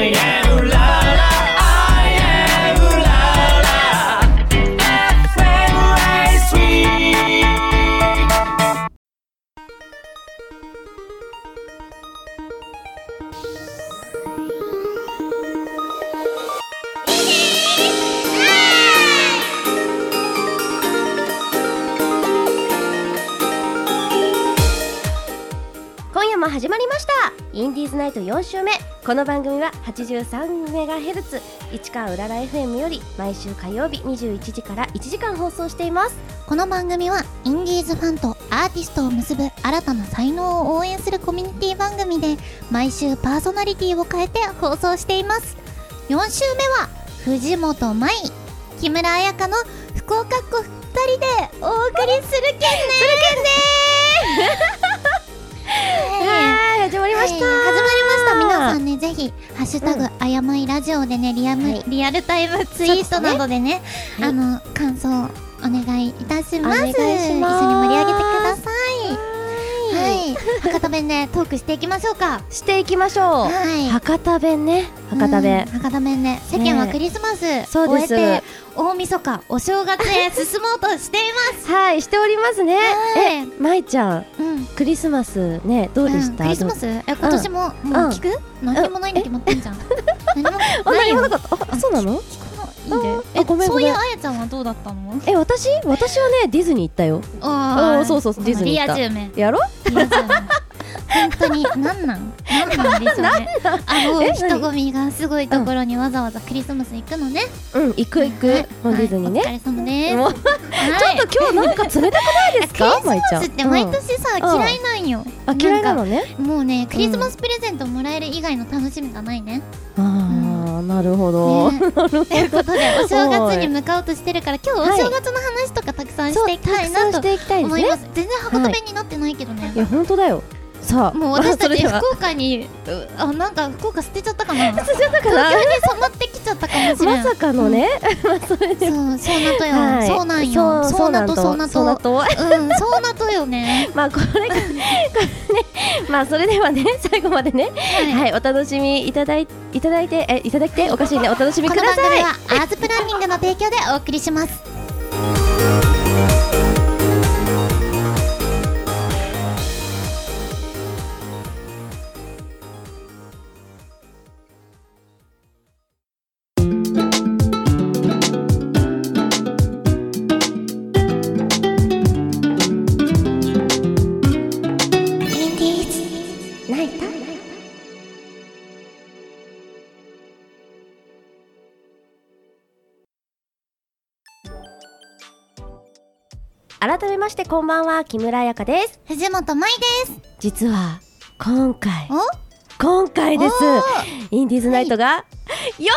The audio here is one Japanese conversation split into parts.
I am la la I am la la FLA3。 今夜も始まりましたインディーズナイト4週目。この番組は 83MHz 市川うらら FM より毎週火曜日21時から1時間放送しています。 この番組はインディーズファンとアーティストを結ぶ新たな才能を応援するコミュニティ番組で、毎週パーソナリティを変えて放送しています。4週目は藤本舞、木村彩香の福岡っ子2人でお送りするけんねはい、始まりました、 始まりました。皆さんね、ぜひハッシュタグあやまいラジオでね、リアルタイムツイートなどでね、感想お願いいたします。一緒に盛り上げてください。はい、博多弁でトークしていきましょうか。 していきましょう。はい、博多弁ね、博多弁、 博多弁ね。世間はクリスマスを終えて大晦日お正月へ進もうとしていますはい、しておりますね。まいちゃん、クリスマスね、どうでした？ クリスマス？今年ももう聞く？何もないに決まってんじゃん。 何もなかった。あ、そうなの？ いいね。ごめん。そういうあやちゃんはどうだったの？ 私はね、ディズニー行ったよ。そうそう、ディズニー行った。 リア充名やろ？ 本当になんでしょうね。人混みがすごいところにわざわざクリスマス行くのね。 行く。もうディズニーね。 お疲れ様です。 ちょっと今日なんか冷たくないですか？ クリスマスって毎年さ、嫌いなんよ。 嫌いなのね。 もうね、クリスマスプレゼントもらえる以外の楽しみがないね。 なるほど。 ということで、お正月に向かおうとしてるから、今日お正月の話とかたくさんしていきたいなと思います。全然博多弁になってないけどね。 いや、本当だよ。さあ、 もう私たち福岡になんか福岡捨てちゃったかな。東京に染まってきちゃったかもしれない。 まさかのね。 そうなとよ。そうなんよ。そうなとよね。 まあこれがね、まあそれではね、最後までね、はい、お楽しみいただいておかしいね、お楽しみください。 この番組はアーズプランニングの提供でお送りします。 改めましてこんばんは、木村彩香です。 藤本舞です。 実は今回ですインディーズナイトが400回目の放送になり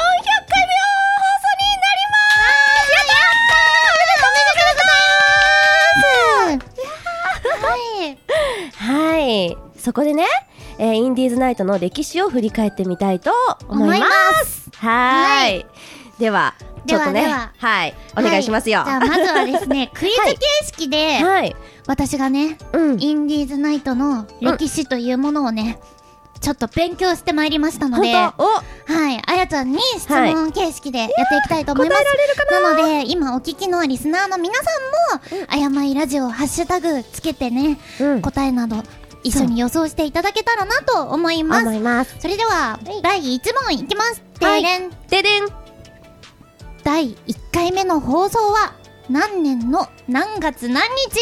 ます。はい、そこでね、インディーズナイトの歴史を振り返ってみたいと思います。はい、ではちょっとね、はい、お願いしますよ。 じゃあまずはですね、クイズ形式で私がね、インディーズナイトの歴史というものをね、ちょっと勉強してまいりましたので、はい、あやちゃんに質問形式でやっていきたいと思います。なので今お聞きのリスナーの皆さんも、あやまいラジオハッシュタグつけてね、答えなど一緒に予想していただけたらなと思います。それでは第1問いきます。ででん。第1回目の放送は何年の何月何日？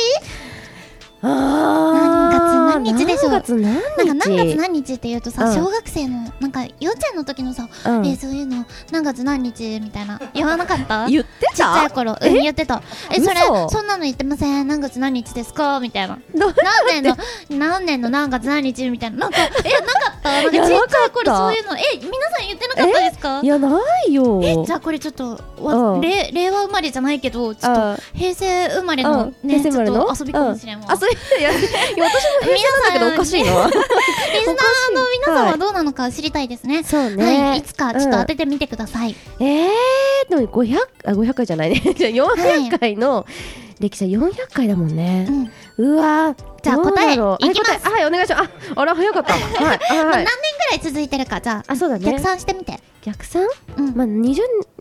何月何日でしょう。なんか何月何日って言うとさ、小学生のなんか幼稚園の時のさ、そういうの何月何日みたいな言わなかった？ 言ってた？ ちっちゃい頃、言ってた。それそんなの言ってません。何月何日ですかみたいな。何年の何月何日みたいな。なんかなかった？なんかちっちゃい頃そういうの皆さん言ってなかったですか？ いや、ないよ。 じゃあこれちょっと令和生まれじゃないけど、ちょっと平成生まれのね、ちょっと遊びかもしれんわ。 いや、私も平成なんだけどおかしいの。リスナーの皆さんはどうなのか知りたいですね。そうね。いつかちょっと当ててみてください。 でも500回じゃないね。400回の歴史は400回だもんね。うわー、 じゃあ答えいきます。 はい、お願いします。あら早かった。はい。 何年ぐらい続いてるか、じゃあそうだね。 逆算してみて。 逆算？まあ20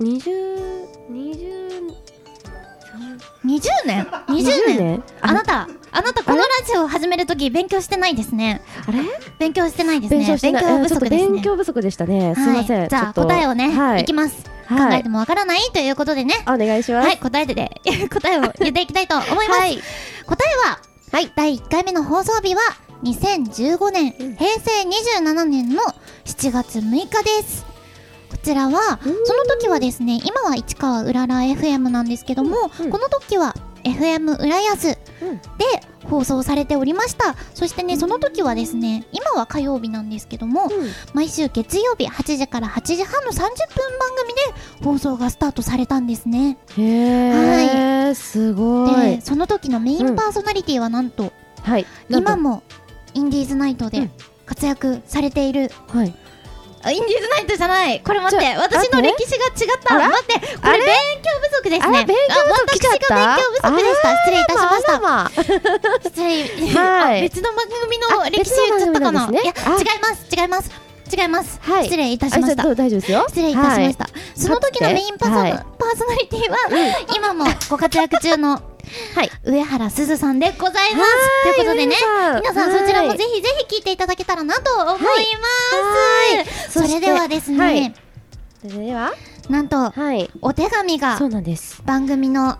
年？ あなたこのラジオを始めるとき勉強してないですね。 あれ？ 勉強してないですね。 勉強不足ですね。勉強不足でしたね。すいません。 じゃあ答えをね、いきます。考えてもわからないということでね。 お願いします。 はい、答えを言っていきたいと思います。答えは、第1回目の放送日は2015年、平成27年の7月6日です。こちらは、その時はですね、今は市川うらら FM なんですけども、この時は FM 浦安で放送されておりました。そしてね、その時はですね、今は火曜日なんですけども、毎週月曜日8時から8時半の30分番組で放送がスタートされたんですね。 へー、すごい。 で、その時のメインパーソナリティはなんと、今もインディーズナイトで活躍されている、インディーズナイトじゃない。これ待って、私の歴史が違った。待って、これ勉強不足ですね。 勉強不足来ちゃった。 私が勉強不足でした。失礼いたしました。失礼。別の番組の歴史言っちゃったかな。いや、違います。失礼いたしました。 大丈夫ですよ。 失礼いたしました。その時のメインパーソナリティは今もご活躍中の上原すずさんでございます。ということでね、皆さんそちらもぜひぜひ聞いていただけたらなと思います。それではですね、なんとお手紙が番組の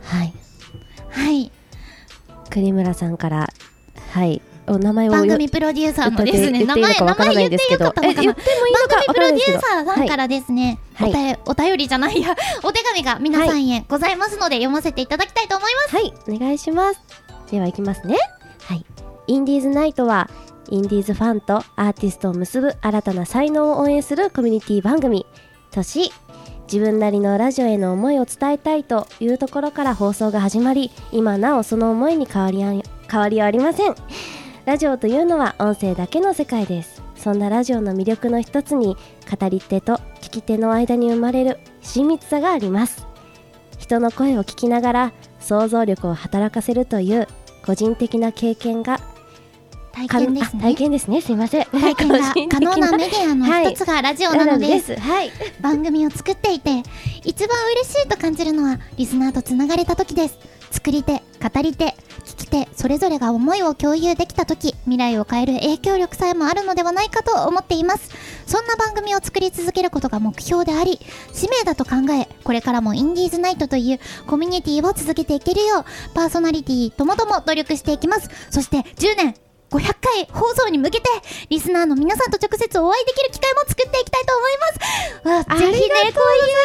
栗村さんからお名前を番組プロデューサーのですね、名前言ってよかったのかな。番組プロデューサーさんからですね、お便りじゃないや、お手紙が皆さんへございますので読ませていただきたいと思います。 はい、お願いします。ではいきますね。インディーズナイトはインディーズファンとアーティストを結ぶ新たな才能を応援するコミュニティ番組とし、自分なりのラジオへの思いを伝えたいというところから放送が始まり、今なおその思いに変わりはありません。ラジオというのは音声だけの世界です。そんなラジオの魅力の一つに、語り手と聞き手の間に生まれる親密さがあります。人の声を聞きながら想像力を働かせるという個人的な経験が体験ですね。 すいません。 体験が可能なメディアの一つがラジオなのです。番組を作っていて一番嬉しいと感じるのはリスナーとつながれた時です。作り手、語り手、聞き手それぞれが思いを共有できた時、未来を変える影響力さえもあるのではないかと思っています。そんな番組を作り続けることが目標であり使命だと考え、これからもインディーズナイトというコミュニティを続けていけるようパーソナリティともども努力していきます。そして10年500回放送に向けてリスナーの皆さんと直接お会いできる機会も作っていきたいと思います。ぜひね、こういう機会をね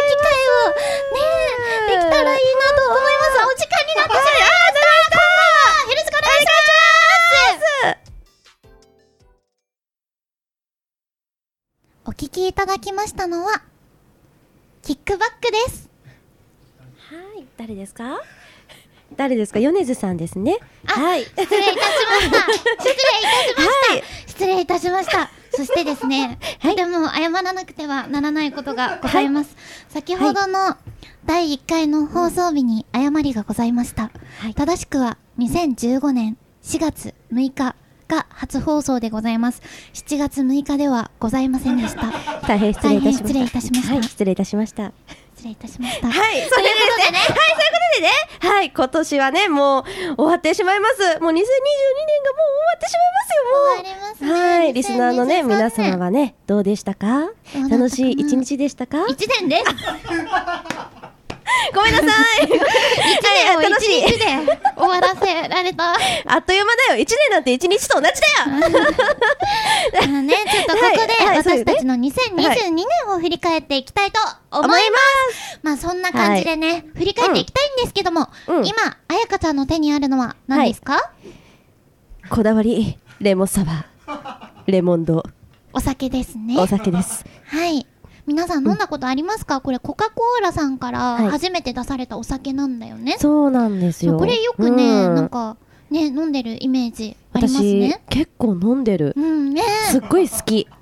できたらいいなと思います。お時間になってしまいました。よろしくお願いします。お聞きいただきましたのはキックバックです。 誰ですか？米津さんですね。 失礼いたしました。そしてですね、でも謝らなくてはならないことがございます。先ほどの第1回の放送日に誤りがございました。正しくは2015年4月6日が初放送でございます。7月6日ではございませんでした。 大変失礼いたしました。 失礼いたしました。 失礼いたしました。 失礼いたしました。 そういうことでね、今年はね、もう終わってしまいます。もう2022年がもう終わってしまいますよ。 終わりますね。 リスナーのね、皆様はね、どうでしたか？楽しい一日でしたか ？1年です。 ごめんなさい。 1年を1日で終わらせられた。 あっという間だよ。1年なんて1日と同じだよ。 ちょっとここで私たちの2022年を振り返っていきたいと思います。まあそんな感じでね、振り返っていきたいんですけども、今あやかちゃんの手にあるのは何ですか？ こだわりレモンサワー、レモンド、 お酒ですね。 お酒です。 皆さん飲んだことありますか？これコカ・コーラさんから初めて出されたお酒なんだよね。 そうなんですよ。 これよくね、なんかね、飲んでるイメージありますね。 私結構飲んでる。すっごい好き。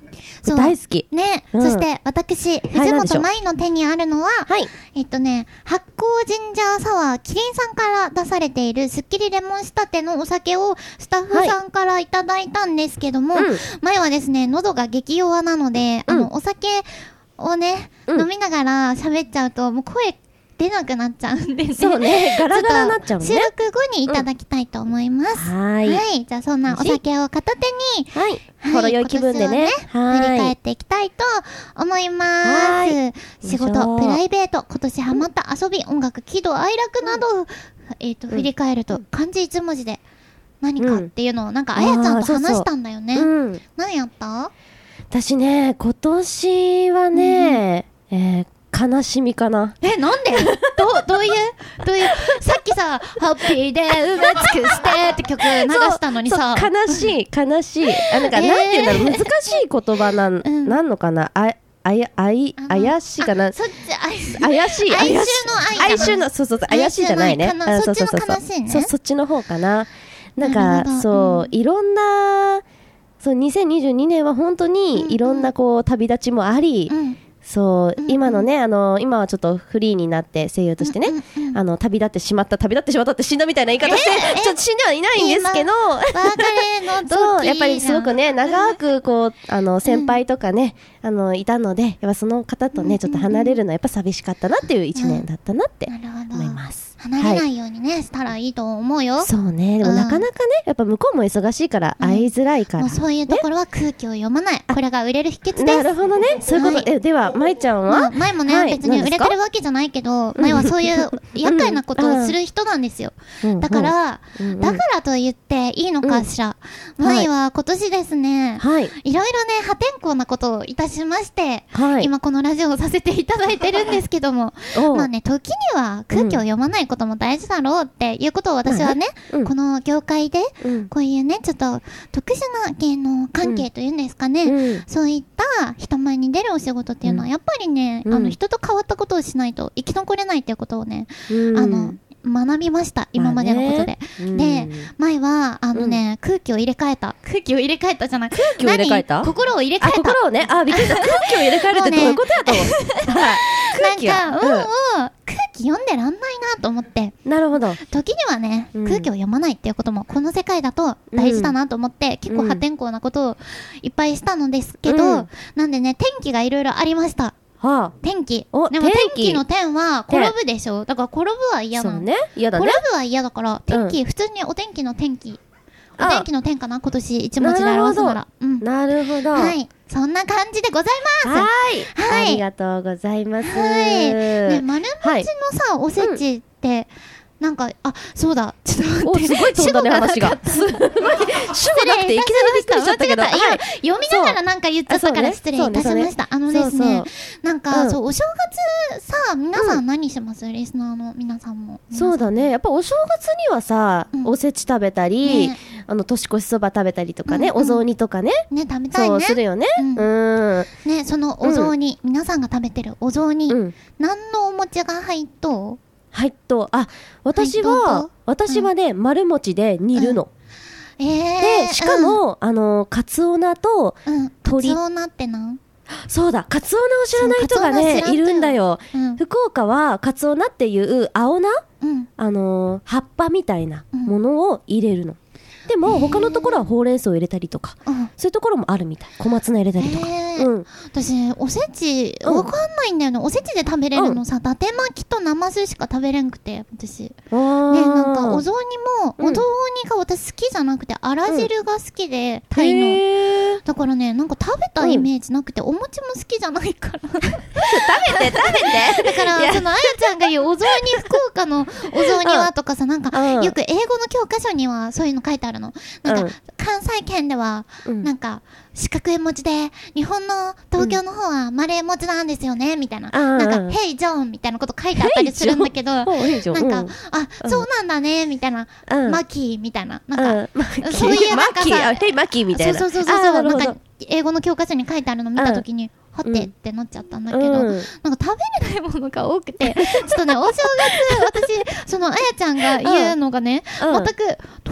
大好きね、そして私藤本舞の手にあるのは、発酵ジンジャーサワーキリンさんから出されているすっきりレモン仕立てのお酒をスタッフさんからいただいたんですけども、前はですね喉が激弱なので、お酒をね、飲みながら喋っちゃうともう声出なくなっちゃうんです。 そうね、ガラガラになっちゃうね。 収録後にいただきたいと思います。はい。じゃあそんなお酒を片手に、 ほろ酔い気分でね、 振り返っていきたいと思います。仕事、プライベート、今年ハマった遊び、音楽、喜怒哀楽など、振り返ると漢字一文字で何かっていうのをなんかあやちゃんと話したんだよね。何やった？ 私ね、今年はね、悲しみかな。 なんでどういうさっきさ、ハッピーで埋め尽くしてって曲流したのにさ。 悲しい。なんか、なんていうんだろう、難しい言葉なんのかな。怪しいかな。 そっち、 怪しい。 哀愁の、 そう、怪しいじゃないね。 そっちの悲しいね。 そっちの方かな。なんか、そう、いろんな、そう、2022年は本当にいろんなこう、旅立ちもあり、そう、今のね、今はちょっとフリーになって声優としてね、旅立ってしまったって死んだみたいな言い方して、ちょっと死んではいないんですけど、そう、やっぱりすごくね、長くこう、先輩とかね、いたので、やっぱその方とね、ちょっと離れるのはやっぱ寂しかったなっていう一年だったなって思います。 離れないようにね、したらいいと思うよ。 そうね、でもなかなかね、やっぱ向こうも忙しいから会いづらいから。 もうそういうところは空気を読まない。これが売れる秘訣です。 なるほどね。そういうこと。では、まいちゃんはまいもね、別に売れてるわけじゃないけど、まいはそういう厄介なことをする人なんですよ。だからと言っていいのかしら。まいは今年ですね、いろいろね、破天荒なことをいたしまして、今このラジオをさせていただいてるんですけども、まあね、時には空気を読まないことも大事だろうっていうことを私はね、この業界でこういうね、ちょっと特殊な芸能関係というんですかね、そういった人前に出るお仕事っていうのはやっぱりね、人と変わったことをしないと生き残れないっていうことをね、学びました、今までのことで。で、前は空気を入れ替えたじゃない、 空気を入れ替えた、 心を入れ替えた、 心をね、びっくりした。空気を入れ替えるってどういうことやと思う。 なんかもう空気読んでらんないなと思って。なるほど。時にはね、空気を読まないっていうこともこの世界だと大事だなと思って、結構破天荒なことをいっぱいしたのですけど、なんでね、天気がいろいろありました。天気。でも天気の天は転ぶでしょ。だから転ぶは嫌なの。転ぶは嫌だから、天気、普通にお天気の天気。お天気の天かな、今年一文字で表すなら。 なるほど。 はい。そんな感じでございます。 ありがとうございます。 ね、丸餅のさ、おせちって、なんか、そうだ、ちょっと待って。 すごい飛んだね、話が。すごい。主語なくていきなりびっくりしちゃったけど。 読みながらなんか言っちゃったから失礼いたしました。ですね、なんか、そう、お正月さ、皆さん何します？リスナーの皆さんも。 そうだね。やっぱお正月にはさ、おせち食べたり、年越しそば食べたりとかね、お雑煮とかね。 ね、食べたいね。 そうするよね。 ね、そのお雑煮、皆さんが食べてるお雑煮、何のお餅が入っと？ 私はね、丸餅で煮るの。で、しかも、カツオナと鶏。 カツオナってなんそうだ、カツオナを知らない人がね、いるんだよ。福岡はカツオナっていう青菜、葉っぱみたいなものを入れるの。でも他のところはほうれん草を入れたりとか、そういうところもあるみたい。小松菜入れたりとか。 私おせちわかんないんだよね。おせちで食べれるのさ、伊達巻きと生酢しか食べれんくて、私ね、なんかお雑煮もお雑煮が私好きじゃなくて、あら汁が好きで、タイのだからね、なんか食べたイメージなくて、お餅も好きじゃないから食べてだからそのあやちゃんが言うお雑煮、福岡のお雑煮はとかさ、なんかよく英語の教科書にはそういうの書いてあるの。なんか関西圏ではなんか四角い文字で、日本の東京の方は丸い文字なんですよねみたいな、なんかヘイジョンみたいなこと書いてあったりするんだけど、なんかそうなんだねみたいな、マキーみたいな、なんかそういうなんかさ、 ヘイマキーみたいな、 そうなんか英語の教科書に書いてあるの見たときに、はてってなっちゃったんだけど、なんか食べれないものが多くて、ちょっとね、お正月、私、そのあやちゃんが言うのがね、全くどうだったか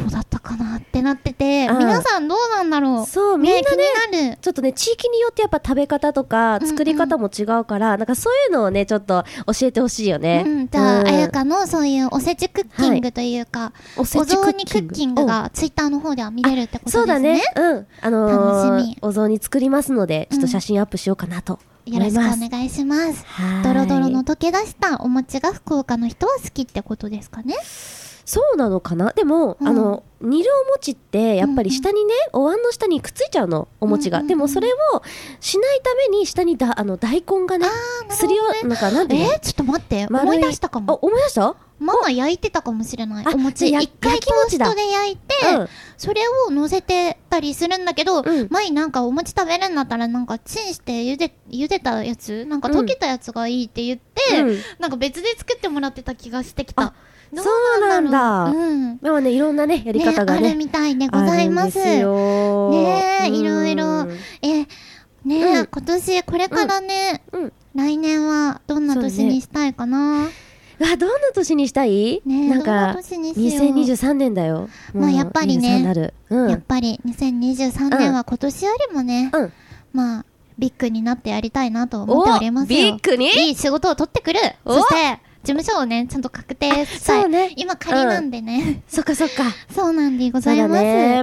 かなってなってて、皆さんどうなんだろう。 そうみんなね気になる。 ちょっとね地域によってやっぱ食べ方とか作り方も違うから、なんかそういうのをねちょっと教えてほしいよね。 じゃあ、あやかのそういうおせちクッキングというか、お雑煮クッキングがツイッターの方では見れるってことですね。そうだね。楽しみ。 お雑煮作りますので、ちょっと写真アップしようかなと思います。 よろしくお願いします。ドロドロの溶け出したお餅が福岡の人は好きってことですかね。 そうなのかな。でも、煮るお餅ってやっぱり下にね、お椀の下にくっついちゃうの、お餅が。でもそれをしないために下に大根がね、すりおなんかなんで、 ちょっと待って、思い出したかも。 思い出した？ ママ焼いてたかもしれない。お餅一回トーストで焼いて、それを乗せてたりするんだけど、前なんかお餅食べるんだったらなんかチンして茹でたやつ、なんか溶けたやつがいいって言って、なんか別で作ってもらってた気がしてきた。 そうなんだ。でもね、いろんなねやり方がねあるみたいでございます。ねえ、いろいろねえ、今年これからね、来年はどんな年にしたいかな。 どんな年にしたい？なんか2023年だよ。 まあやっぱりね、やっぱり2023年は今年よりもね、まあビッグになってやりたいなと思っておりますよ。 ビッグに？ いい仕事を取ってくる。そして事務所をねちゃんと確定したい。そうね。今仮なんでね。 そっかそっか。 そうなんでございます。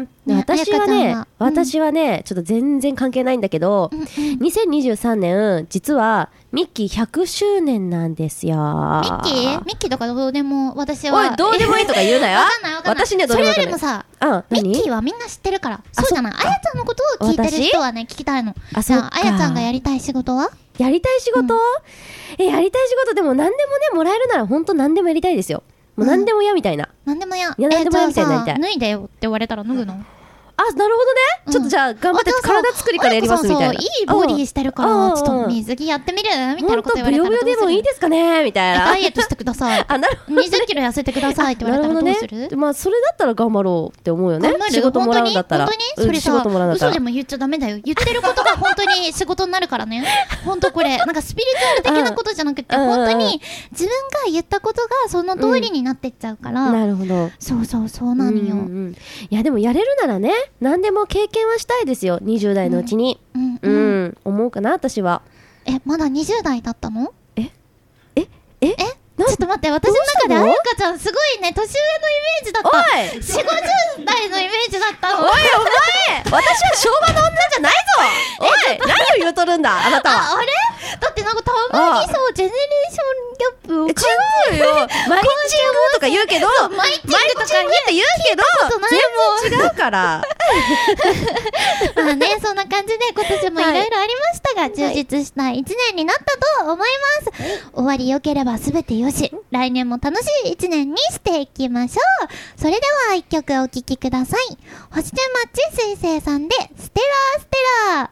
私はねちょっと全然関係ないんだけど、2023年実はミッキー100周年なんですよ。 ミッキーとかどうでも私は。 おいどうでもいいとか言うなよ。 わかんない。 私にはどうでもいい。 それよりもさ、ミッキーはみんな知ってるから。そうじゃない。あやちゃんのことを聞いてる人はね聞きたいの。あやちゃんがやりたい仕事は？ やりたい仕事？やりたい仕事でも何でもねもらえるなら本当何でもやりたいですよ。もう何でも嫌みたいな。 何でも嫌。 何でも嫌みたいになりたい。 脱いでよって言われたら脱ぐの？ なるほどね。ちょっとじゃあ頑張って体作りからやりますみたいな。 いいボディしてるからちょっと水着やってみるみたいなこと言われたらどうする？ ブヨブヨでもいいですかねみたいな。 ダイエットしてください。20キロ痩せてくださいって言われたらどうする？ まあそれだったら頑張ろうって思うよね。仕事もらうんだったら。 本当に？それさ、嘘でも言っちゃダメだよ。言ってることが本当に仕事になるからね。本当これなんかスピリチュアル的なことじゃなくて本当に自分が言ったことがその通りになってっちゃうから。 なるほど。 そうなのよ。 いやでもやれるならね何でも経験はしたいですよ。20代のうちに思うかな私は。 まだ20代だったの？ ちょっと待って、私の中であやかちゃんすごいね年上のイメージだった。4、50代のイメージだった。 おいお前私は昭和の女じゃないぞ。おい何を言うとるんだあなたは。 あれだってなんかたまにそうジェネレーションギャップを違うよ。マイチングとか言うけどマイチングとか言うけど全然違うからまあねそんな感じで今年もいろいろありましたが、充実した1年になったと思います。終わり良ければ全てよし、来年も楽しい1年にしていきましょう。それでは1曲お聴きください。星天マッチ水星さんでステラーステラー。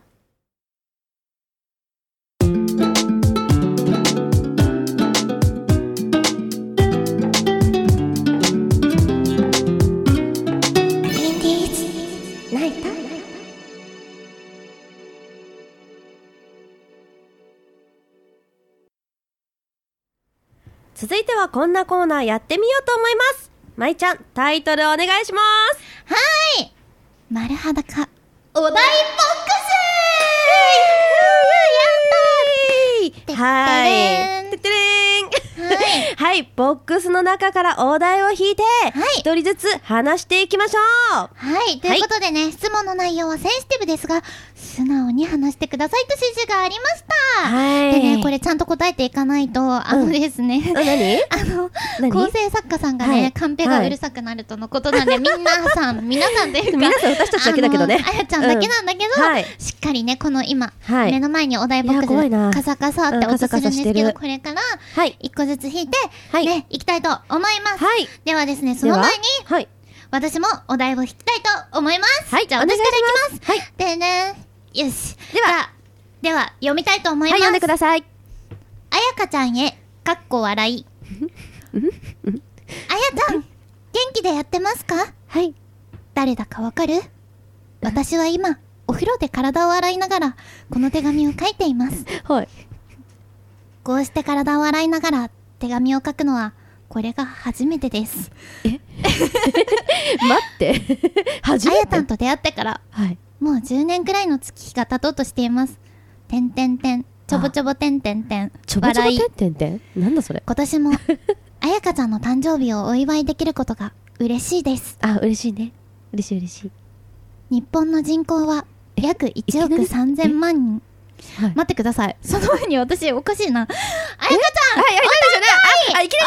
続いてはこんなコーナーやってみようと思います。まいちゃんタイトルお願いします。 はい、丸裸お題ボックス。 はい、てってれーん。はい、ボックスの中からお題を引いて一人ずつ話していきましょう。 はい、ということでね、質問の内容はセンシティブですが素直に話してくださいと指示がありました。でね、これちゃんと答えていかないとですね、構成作家さんがね、カンペがうるさくなるとのことなんで、皆さんというか皆さん私たちだけだけどね、 あやちゃんだけなんだけど、しっかりねこの今目の前にお題ボックスカサカサって音するんですけど、これから一個ずつ引いてねいきたいと思います。ではですね、その前に私もお題を引きたいと思います。じゃあ私からいきます。でね、よし。では読みたいと思います。 読んでください。 あやかちゃんへかっこ笑い。あやちゃん元気でやってますか？ はい。 誰だかわかる？私は今お風呂で体を洗いながらこの手紙を書いています。 はい。 こうして体を洗いながら手紙を書くのはこれが初めてです。 って初めてあやたんと出会ってから、はい、もう10年くらいの月日が経とうとしています。てんてんてん、ちょぼちょぼてんてんてん、 ちょぼちょぼてんてんてん、なんだそれ。 今年もあやかちゃんの誕生日をお祝いできることが嬉しいです。 あ、嬉しいね。嬉しい嬉しい。 日本の人口は約1億3000万人。はい、待ってください。その前に私おかしいな。あやかちゃん、 はい、やりたいですよね。あ、いきなり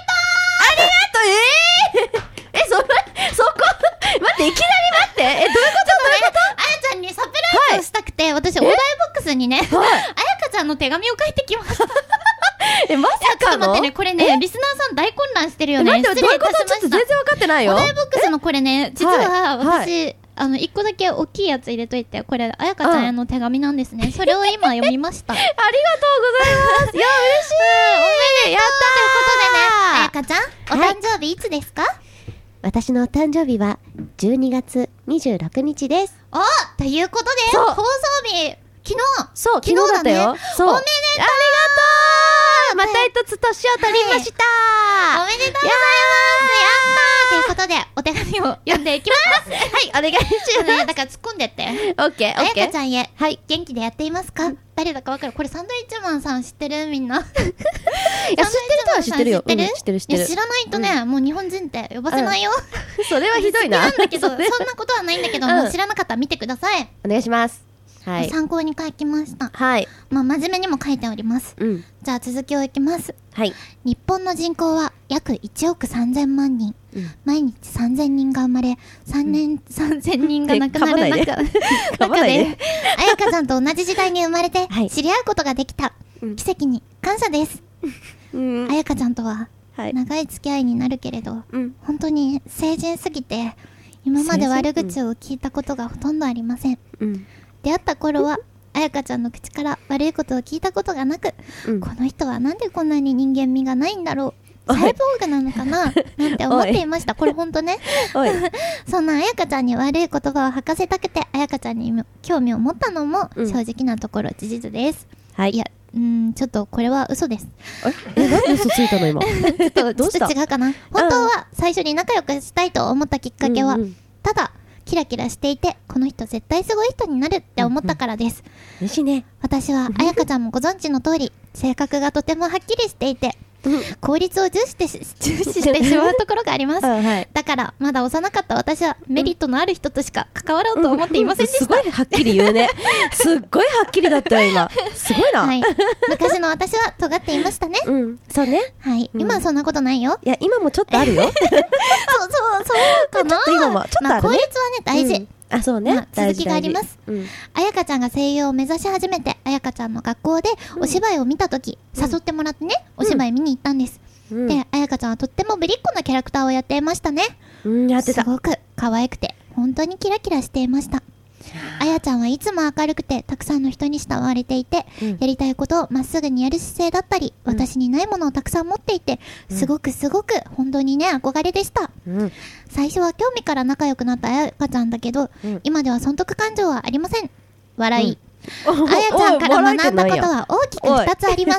ありがとう。そこ待って、いきなり待って、どういうこと？ あやちゃんにサプライズをしたくて、私お題ボックスにね、あやかちゃんの手紙を書いてきました。 まさかの？ ちょっと待ってね、これね、リスナーさん大混乱してるよね。 待って、どういうこと？ちょっと全然分かってないよ。 お題ボックスのこれね、実は私、一個だけ大きいやつ入れといて、これあやかちゃんへの手紙なんですね。それを今読みました。 ありがとうございます。いや、嬉しい。 おめでとうということでね、あやかちゃん、お誕生日いつですか？ 私のお誕生日は12月26日です。 お、ということで、放送日、昨日。そう、 昨日だったよ。そう。 おめでとう。ありがとう。また一つ年を取りました。 おめでとうございます。やったー。ということで、お手紙を読んでいきます。 はい、お願いします。 だから突っ込んでって。 オッケー、 あやかちゃんへ、はい、元気でやっていますか？誰だかわかる？これサンドイッチマンさん知ってる？みんな。いや、知ってる人は知ってるよ。知ってる。 知らないとね、もう日本人って呼ばせないよ。 それはひどいな。 なんだけど、そんなことはないんだけど、もう知らなかったら見てください。 お願いします。はい。 参考に書きました。 はい。 まあ、真面目にも書いております。じゃあ続きをいきます。 はい。 日本の人口は約1億3000万人。毎日3000人が生まれ、3000人が亡くなる中で、あやかちゃんと同じ時代に生まれて、知り合うことができた。奇跡に感謝です。あやかちゃんとは、長い付き合いになるけれど、本当に成人すぎて、今まで悪口を聞いたことがほとんどありません。出会った頃はあやかちゃんの口から悪いことを聞いたことがなく、この人はなんでこんなに人間味がないんだろう、サイボーグなのかななんて思っていました。これほんとね。そんなあやかちゃんに悪い言葉を吐かせたくて、あやかちゃんに興味を持ったのも正直なところ事実です。いや、ちょっとこれは嘘です。 なんで嘘ついたの今。 ちょっと違うかな。本当は最初に仲良くしたいと思ったきっかけは、ただキラキラしていて、この人絶対すごい人になるって思ったからです。 嬉しいね。 私はあやかちゃんもご存知の通り、性格がとてもはっきりしていて、効率を重視してしまうところがあります。だからまだ幼かった私はメリットのある人としか関わろうと思っていませんでした。 すごいはっきり言うね。すっごいはっきりだったよ今。すごいな。 昔の私は尖っていましたね。 そうね。 はい。今はそんなことないよ。 いや、今もちょっとあるよ。 そうかな。 今もちょっとあるね。 効率はね、大事。 あ、そうね。 続きがあります。あやかちゃんが声優を目指し始めて、あやかちゃんの学校でお芝居を見たとき、誘ってもらってね、お芝居見に行ったんです。で、あやかちゃんはとってもぶりっ子なキャラクターをやっていましたね。 やってた。 すごく可愛くて、本当にキラキラしていました。あやちゃんはいつも明るくて、たくさんの人に慕われていて、やりたいことをまっすぐにやる姿勢だったり、私にないものをたくさん持っていて、すごく本当にね、憧れでした。最初は興味から仲良くなったあやかちゃんだけど、今では損得感情はありません。笑い。あやちゃんから学んだことは大きく2つあります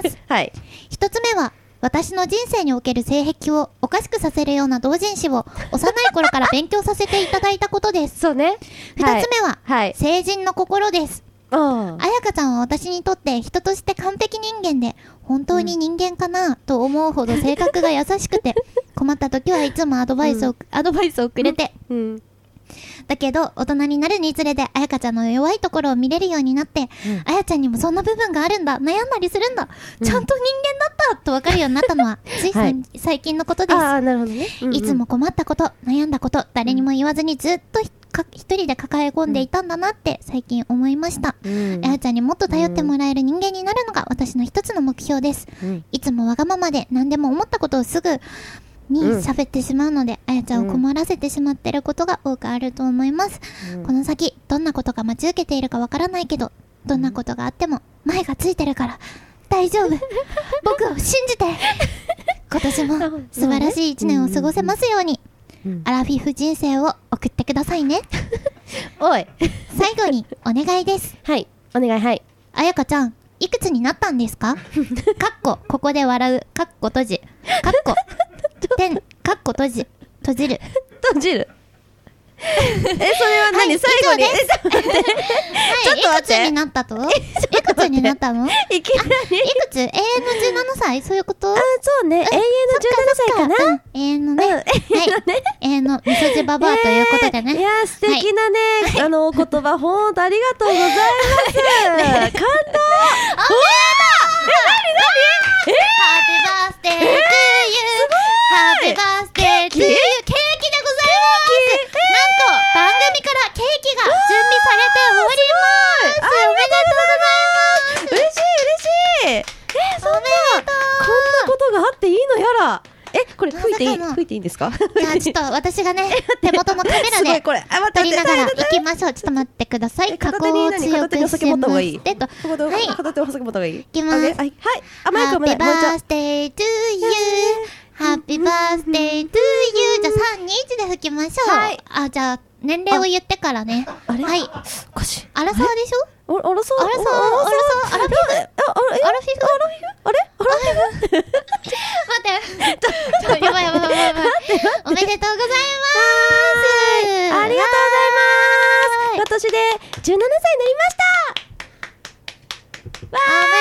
。1つ目は、私の人生における性癖をおかしくさせるような同人誌を幼い頃から勉強させていただいたことです。 そうね。 2つ目は、成人の心です。あやかちゃんは私にとって人として完璧人間で、本当に人間かなと思うほど性格が優しくて、困った時はいつもアドバイスをくれて、だけど大人になるにつれてあやかちゃんの弱いところを見れるようになって、あやちゃんにもそんな部分があるんだ、悩んだりするんだ、ちゃんと人間だったと分かるようになったのはつい最近のことです。 なるほどね。 いつも困ったこと、悩んだこと、誰にも言わずにずっと一人で抱え込んでいたんだなって最近思いました。あやちゃんにもっと頼ってもらえる人間になるのが私の一つの目標です。いつもわがままで何でも思ったことをすぐに喋ってしまうので、あやちゃんを困らせてしまっていることが多くあると思います。この先どんなことが待ち受けているかわからないけど、どんなことがあっても前がついてるから大丈夫。僕を信じて。今年も素晴らしい一年を過ごせますように。アラフィフ人生を送ってくださいね。 おい。 最後にお願いです。 はい、お願い。はい。 あやかちゃん、いくつになったんですか？ここで笑う、閉じ。かっこ閉じ。 閉じる。 閉じる。それは何、最後に。ちょっと待って。 いくつになったと？いくつになったの？ いきなり。 いくつ？永遠の17歳？そういうこと？ そうね。永遠の17歳かな。 永遠のね。はい。永遠のみそじババアということでね。 いや、素敵なね、お言葉、ほんとありがとうございます。感動。 ハッピーバースデートゥーユー。ハッピーバースデートゥーユー。ケーキでございます。なんと番組からケーキが準備されております。おめでとうございます。 嬉しい。そんなこんなことがあっていいのやら。これ吹いていいんですか？ じゃあちょっと私がね、手元のカメラで撮りながら行きましょう。ちょっと待ってください。加工を強くしましてと。はい。 片手をお酒持った方がいい。 行きます。 はい。マイクもね、 ハッピーバースデートゥーユー。ハッピーバースデートゥーユー。じゃあ3、2、1で吹きましょう。はい。じゃあ年齢を言ってからね。 あれ？ はい。 おかしい。 アラサーでしょ？ アラフィフ？ 待って。やばい。おめでとうございます。 ありがとうございます。今年で17歳になりました。 おめでと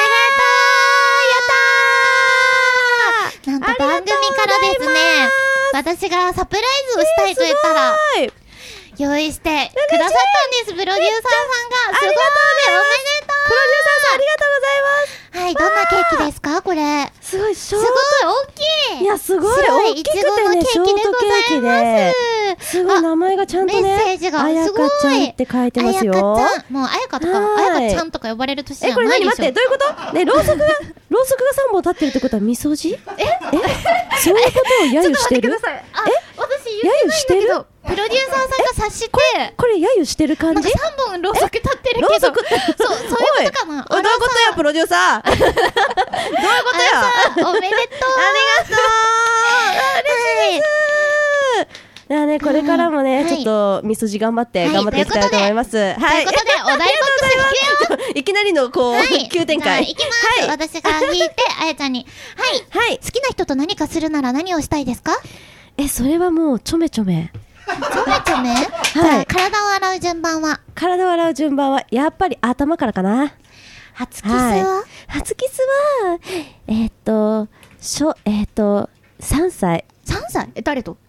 う。やったー。なんと番組からですね、私がサプライズをしたいと言ったら用意してくださったんです。プロデューサーさんが。すごい。おめでとう。 プロデューサーさんありがとうございます。 はい、どんなケーキですかこれ？ すごい大きい。 いや、すごい大きくてね、ショートケーキで、すごい名前がちゃんとね、 メッセージがあやかちゃんって書いてますよ。 あやかちゃん、もうあやかとかあやかちゃんとか呼ばれる年じゃないでしょ。 これ何？待って、どういうこと？ね、ろうそくが3本立ってるってことはみそじ？そういうことを揶揄してる？ 私言ってないんだけど、プロデューサーさんが察して、 これ揶揄してる感じ？ なんか3本ろうそく立ってるけど、そういうことかな。 どういうことや、プロデューサー。どういうことや。 おめでとう。ありがとう。 嬉しいです。だからね、これからもね、ちょっとみそじ頑張っていきたいと思います。はい。 ということで、お題ボックス引くよ。 いきなりの急展開。 いきます。私が引いて、あやちゃんに。はい。好きな人と何かするなら何をしたいですか？ それはもうちょめちょめ。 じゃあ体を洗う順番は？ やっぱり頭からかな。 初キスは 3歳。 3歳？誰と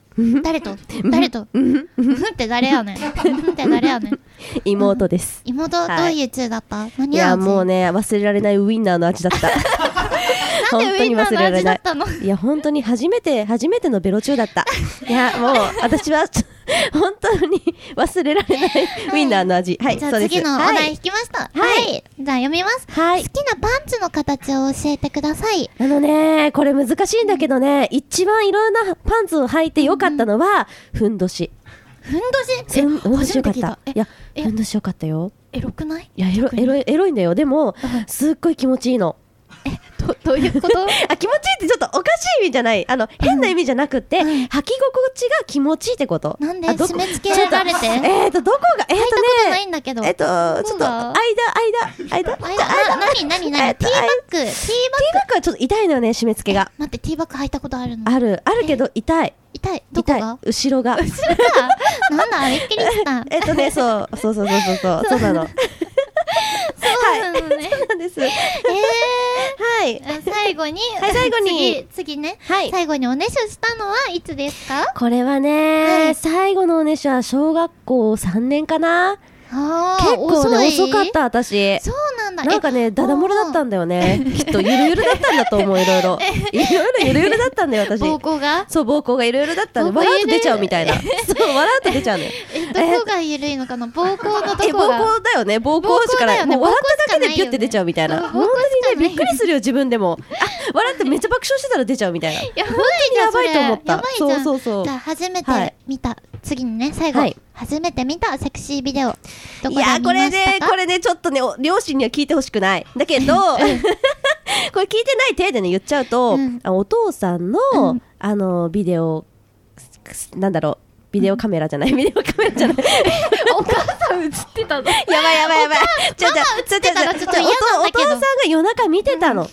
って誰やねん。 妹です。 妹、どういう中だった？何味？ いや、もうね、忘れられないウインナーの味だった。 なんでウインナーの味だったの？ いや、本当に初めてのベロチューだった。いや、もう私は本当に忘れられないウインナーの味。はい、 じゃあ次のお題引きました。はい。じゃあ読みます。はい。好きなパンツの形を教えてください。 これ難しいんだけどね、一番いろんなパンツを履いてよかったのは、ふんどし。 ふんどしよかった。いや、ふんどしよかったよ。 エロくない？ いや、エロいんだよ。でも、すっごい気持ちいいの。 どういうこと？ 気持ちいいってちょっとおかしい意味じゃない。変な意味じゃなくて、履き心地が気持ちいいってこと。 なんで締め付けられて？ どこが？ 履いたことないんだけど。 ちょっと、間。 何？ティーバッグはちょっと痛いのよね、締め付けが。 待って、ティーバッグ履いたことあるの？ あるけど痛い。 どこが？ 後ろが。 なんだ、びっくりした。 そうなの。 そうなんです。 はい。 最後に。次ね。最後におねしょしたのはいつですか？ これはね、最後のおねしょは小学校3年かな。結構ね、遅かった、私。 そうなんだ。 なんかね、ダダ漏れだったんだよね。きっとゆるゆるだったんだと思う、いろいろ。ゆるゆるだったんだよ、私。 膀胱が？ そう、膀胱がゆるゆるだったんで、笑うと出ちゃうみたいな。そう、笑うと出ちゃうのよ。 どこがゆるいのかな？膀胱のどこが？ 膀胱だよね、膀胱しかない。もう笑っただけでピュって出ちゃうみたいな。本当にね、びっくりするよ、自分でも。笑ってめっちゃ爆笑してたら出ちゃうみたいな。本当にやばいと思った。そう。 じゃあ、初めて見た。次にね、最後。初めて見たセクシービデオ。どこで見ましたか？いや、 これね、ちょっとね、両親には聞いてほしくない。だけど、これ聞いてない体でね、言っちゃうと、お父さんの、ビデオ、なんだろう、ビデオカメラじゃない。お母さん映ってたの？ やばい。お父さんが夜中見てたの。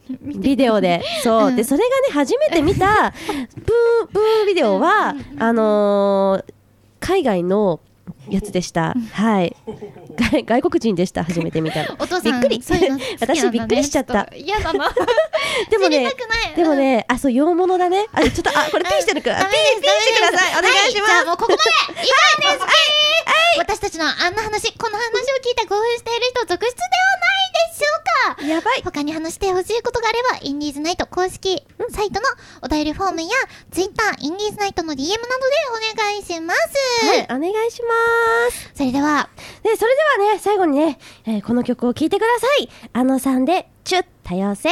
ビデオでそう、でそれがね初めて見たブービデオは海外のやつでした。はい。外国人でした。初めて見たの。 お父さんびっくり。私びっくりしちゃった。 嫌だな。 でもね、あ、そう洋物だね。あ、ちょっとこれピーしてるから。ピーしてください。お願いします。 じゃあもうここまで。以上です。私たちのあんな話、この話を聞いて興奮している人続出ではないでしょうか。 やばい。 他に話してほしいことがあれば、インディーズナイト公式サイトのお便りフォームや、ツイッター、インディーズナイトの DM などでお願いします。 はい、お願いします。 それではね、最後にね、この曲を聴いてください。さんで、チュッ多様性。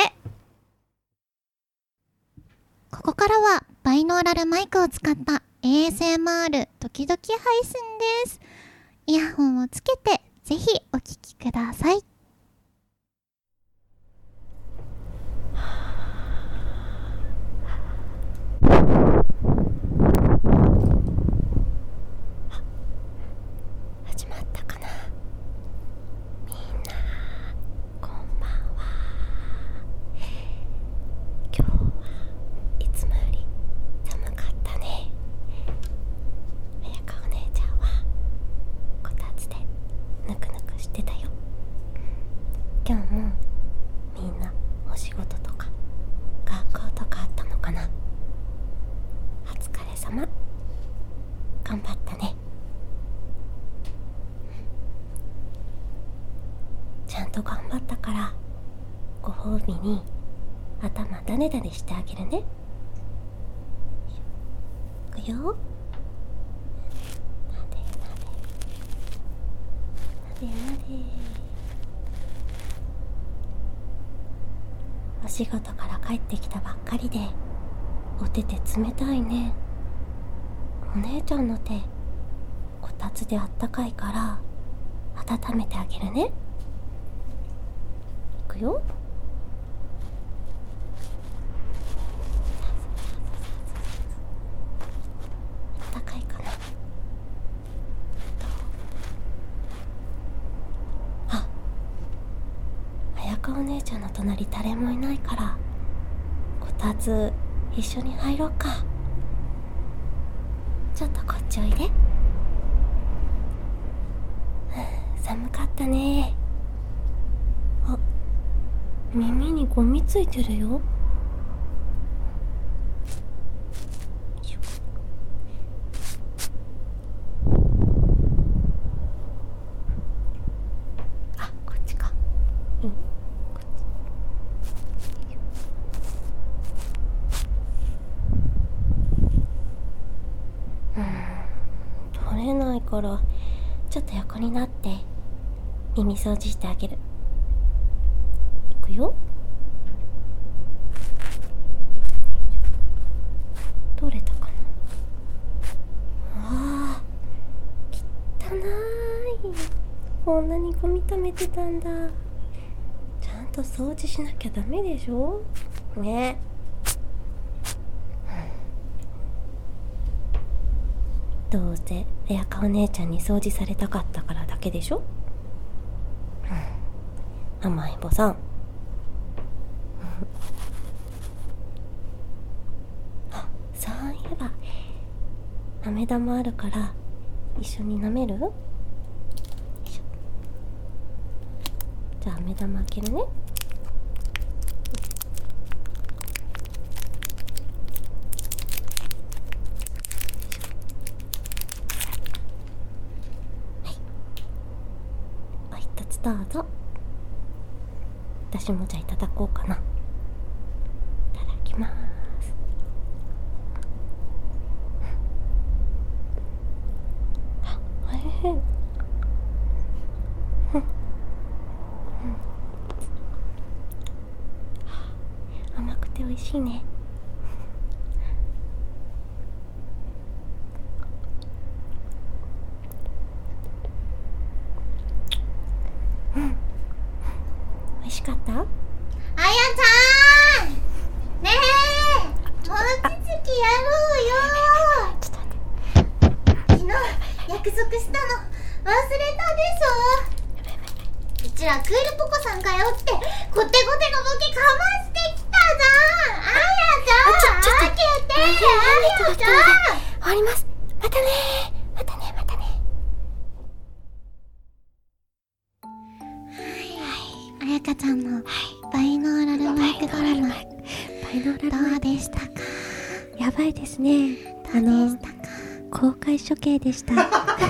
ここからは、バイノーラルマイクを使った ASMR 時々配信です。イヤホンをつけて、ぜひお聴きください。 始まったかな。みんなこんばんは。今日はいつもより寒かったね。あやかお姉ちゃんはこたつでぬくぬくしてたよ。今日もみんなお仕事とか学校とかあったのかな。お疲れ様。頑張ったね。ちゃんと頑張ったからご褒美に頭だねだねしてあげるね。いくよ。なでなでなでなで。お仕事から帰ってきたばっかりでお手手冷たいね。お姉ちゃんの手こたつであったかいから温めてあげるね。いくよ。あったかいかな。あ、彩香お姉ちゃんの隣誰もいないからこたつ一緒に入ろうか。ちょっとこっちおいで。寒かったね。あ、耳にゴミついてるよ。あ、こっちか。うん、こっち。取れないからちょっと横になって耳掃除してあげる。いくよ。取れたかな。あー、汚い。こんなにゴミ溜めてたんだ。ちゃんと掃除しなきゃダメでしょね。どうせ彩香お姉ちゃんに掃除されたかったからだけでしょ。甘えん坊さん。あ、そういえば飴玉あるから一緒に舐める？よいしょ。じゃあ飴玉開けるね。はい、お一つどうぞ。私もじゃあいただこうかな。いただきます。あ、おいしい。甘くて美味しいね。美味しかった？ あやちゃんねえ、餅つきやろうよ。 ちょっと待って。 昨日約束したの忘れたでしょ。うちらクールポコさん通ってコテコテのボケかましてきイノーラルどうでしたか？ やばいですね。 どうでしたか？ 公開処刑でした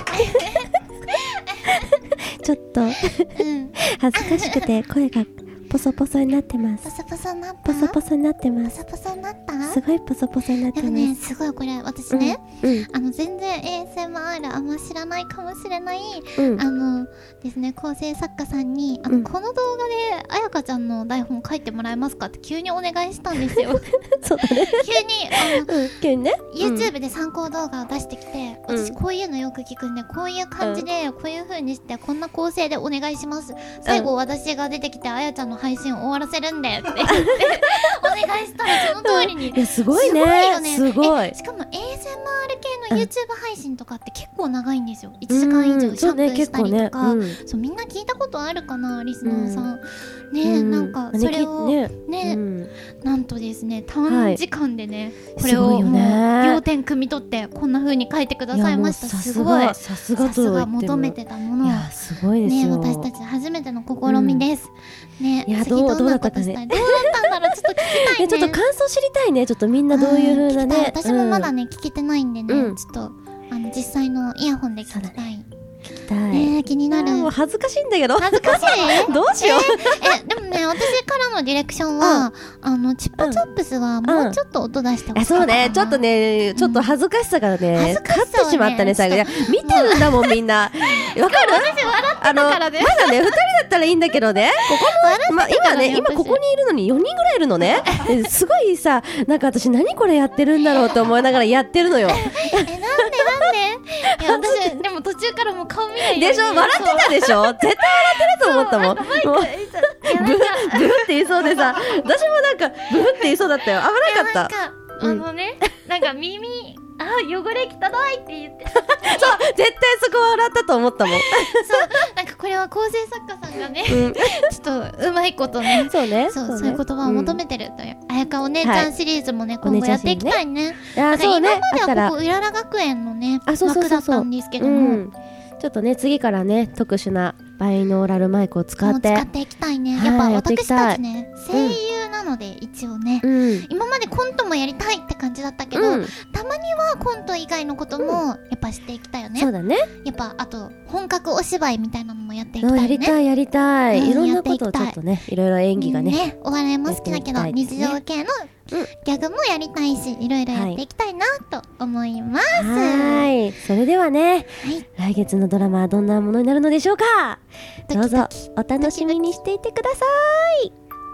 ちょっと恥ずかしくて声がポソポソになってます。 ポソポソになった？ ポソポソになってます。 ポソポソになった？ すごいポソポソになってます。 でもね、すごいこれ私ね、全然 ASMR あんま知らないかもしれない、ですね、構成作家さんにこの動画であやかちゃんの台本書いてもらえますかって急にお願いしたんですよそうだね急にね YouTube で参考動画を出してきて、私こういうのよく聞くんで、こういう感じでこういう風にしてこんな構成でお願いします、最後私が出てきてあやちゃんの配信を終わらせるんでって言ってお願いしたらその通りに、 いやすごいね、すごい。 しかも ASMR 系の YouTube 配信とかって結構長いんですよ。1時間以上シャンプーしたりとか、そうみんな聞いたことあるかな、リスナーさんね。なんかそれをね、なんとですね短時間でねこれをもう要点汲み取ってこんな風に書いてくださいました。すごい、さすが求めてたものを、 すごいですよね、私たち初めての試みですね。 いやどうだったかね、 どうだったんだろう、ちょっと聞きたいね。 ちょっと感想知りたいね。ちょっとみんなどういう風なね。 私もまだね聞けてないんでね、ちょっと実際のイヤホンで聞きたい。ね、気になる。 もう恥ずかしいんだけど。 恥ずかしいどうしよう。 でもね、私からのディレクションは、チッパチャップスはもうちょっと音出してほしいかな。 そうね、ちょっとね、ちょっと恥ずかしさからね、勝ってしまったね、最後。いや、見てるんだもん、みんな。わかる？ 私笑ってたからね。 まだね、2人だったらいいんだけどね、ここも、今ね、今ここにいるのに4人ぐらいいるのね。すごいさ、なんか私何これやってるんだろうと思いながらやってるのよ。 なんでいや、私、でも途中からもう顔見ないでしょ、笑ってたでしょ、絶対笑ってると思ったもん。もうブーって言いそうでさ、私もなんかブーって言いそうだったよ。危なかった。 なんか耳汚れ汚いって言ってそう、 絶対そこは笑ったと思ったもん。そう、 なんかこれは構成作家さんがね、ちょっとうまいことね、そういう言葉を求めてるという、あやかお姉ちゃんシリーズもね、今後やっていきたいね。今まではここうらら学園のね枠だったんですけども、 ちょっとね次からね特殊なバイノーラルマイクを使っていきたいね。やっぱ私たちね声優なので一応ね、今までコントもやりたいって感じだったけど、たまにはコント以外のこともやっぱしていきたいよね。 そうだね。 やっぱあと本格お芝居みたいなのもやっていきたいね。 やりたい、いろんなことをちょっとね、いろいろ演技がね、 お笑いも好きだけど日常系のギャグもやりたいし、いろいろやっていきたいなと思います。 はい、それではね、来月のドラマはどんなものになるのでしょうか。どうぞお楽しみにしていてください。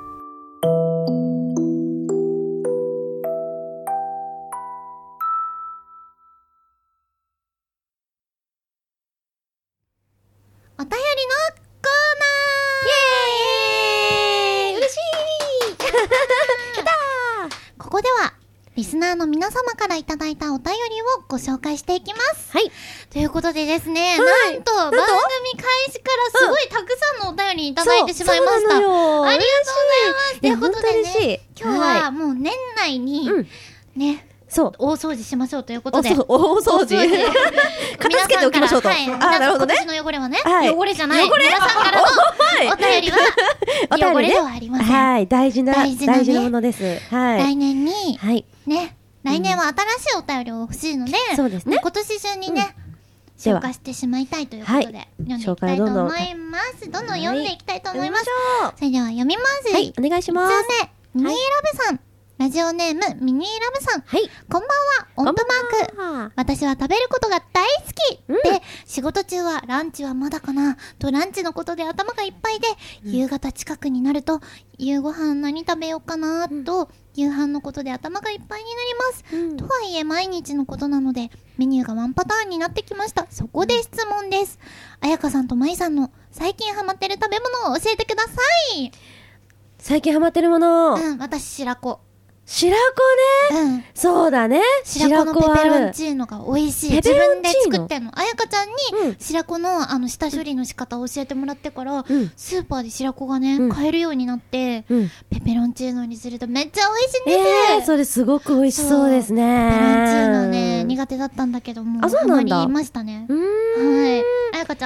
お便りのコーナー、イエーイ、嬉しいここではリスナーの皆様からいただいたお便りをご紹介していきます。 はい。 ということでですね、なんと番組開始からすごいたくさんのお便りいただいてしまいました。ありがとうございます。ということでね、今日はもう年内にね、大掃除しましょうということで、 大掃除片付けておきましょうと。 なるほどね。今年の汚れはね、汚れじゃない、皆さんからのお便りは汚れではありません。 はい、大事なものです。 来年にね、来年は新しいお便りを欲しいので、そうですね、今年中にね消化してしまいたいということで読んでいきたいと思います。どんどん読んでいきたいと思います。それでは読みます。 はい、お願いします。 1通目、ミニーラブさん、ラジオネームミニーラブさん、こんばんは、音符マーク。私は食べることが大好きで、仕事中はランチはまだかなとランチのことで頭がいっぱいで、夕方近くになると夕ご飯何食べようかなと夕飯のことで頭がいっぱいになります。とはいえ毎日のことなのでメニューがワンパターンになってきました。そこで質問です。あやかさんとまいさんの最近ハマってる食べ物を教えてください。 最近ハマってるもの、 私白子。 白子ね、そうだね、 白子のペペロンチーノが美味しい。自分で作ってんの。あやかちゃんに白子の下処理の仕方を教えてもらってから、スーパーで白子がね買えるようになって、ペペロンチーノにするとめっちゃ美味しいんです。 それすごく美味しそうですね。 ペペロンチーノね苦手だったんだけども、ハマりましたね。はい。あやかちゃんは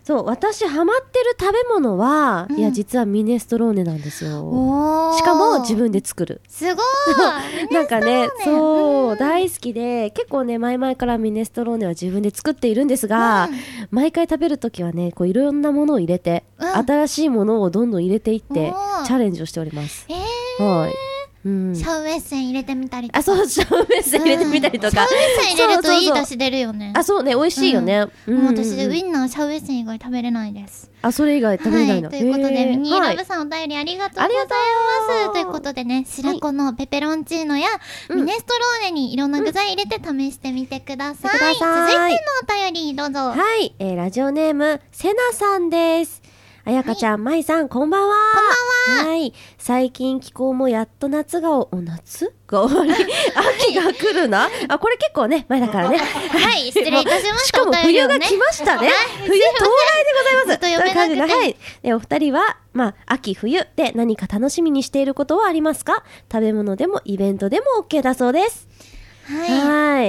そう私ハマってる食べ物は、いや実はミネストローネなんですよ。しかも自分で作る。 すごいなんかねそう、大好きで結構ね前々からミネストローネは自分で作っているんですが、毎回食べるときはねこういろんなものを入れて、新しいものをどんどん入れていってチャレンジをしております。はい。 シャウエッセン入れてみたりとか。 そうシャウエッセン入れてみたりとか、 シャウエッセン入れるといい出汁出るよね。 そうね美味しいよね。 私ウインナーシャウエッセン以外食べれないです。 それ以外食べれないの。 ということでミニーラブさんお便りありがとうございます。ということでね、白子のペペロンチーノやミネストローネにいろんな具材入れて試してみてください。続いてのお便りどうぞ。 はい、ラジオネームセナさんです。あやかちゃん、まいさん、こんばんは。 こんばんは。 はい。最近気候もやっと夏が夏が終わり、秋が来るな。これ結構ね、前だからね。 はい、失礼いたしました。 しかも冬が来ましたね。冬到来でございます。 と読めなくて。 はい。お二人は、秋冬で何か楽しみにしていることはありますか？食べ物でもイベントでも OK だそうです。はい。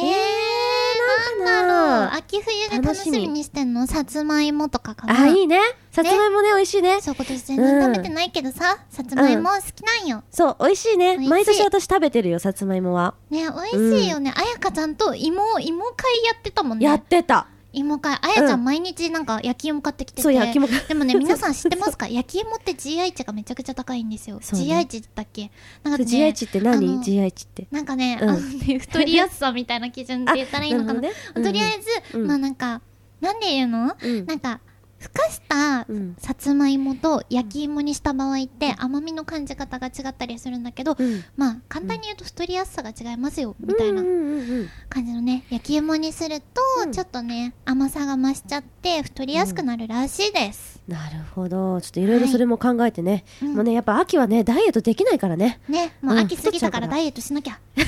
なんだろう、秋冬で楽しみにしてんの？さつまいもとかかな。 いいね。さつまいもね、美味しいね。 そう、今年全然食べてないけどさ、さつまいも好きなんよ。 そう、美味しいね。毎年私食べてるよ、さつまいもは。 ね、美味しいよね。あやかちゃんと芋会やってたもんね。 やってた。 芋会、あやちゃん毎日なんか焼き芋買ってきてて。 そう、焼き芋。 でもね、皆さん知ってますか？焼き芋って GI 値がめちゃくちゃ高いんですよ。GI 値だっけ？なんかね、 GI 値って何？ GI 値って。 なんかね、太りやすさみたいな基準って言ったらいいのかな。とりあえず、なんか、なんで言うの？なんか、ふかしたさつまいもと焼き芋にした場合って甘みの感じ方が違ったりするんだけど、簡単に言うと太りやすさが違いますよみたいな感じのね、焼き芋にするとちょっとね甘さが増しちゃって太りやすくなるらしいです。 なるほど。ちょっといろいろそれも考えてね、もうねやっぱ秋はねダイエットできないからね。 もう秋過ぎたからダイエットしなきゃ。はい。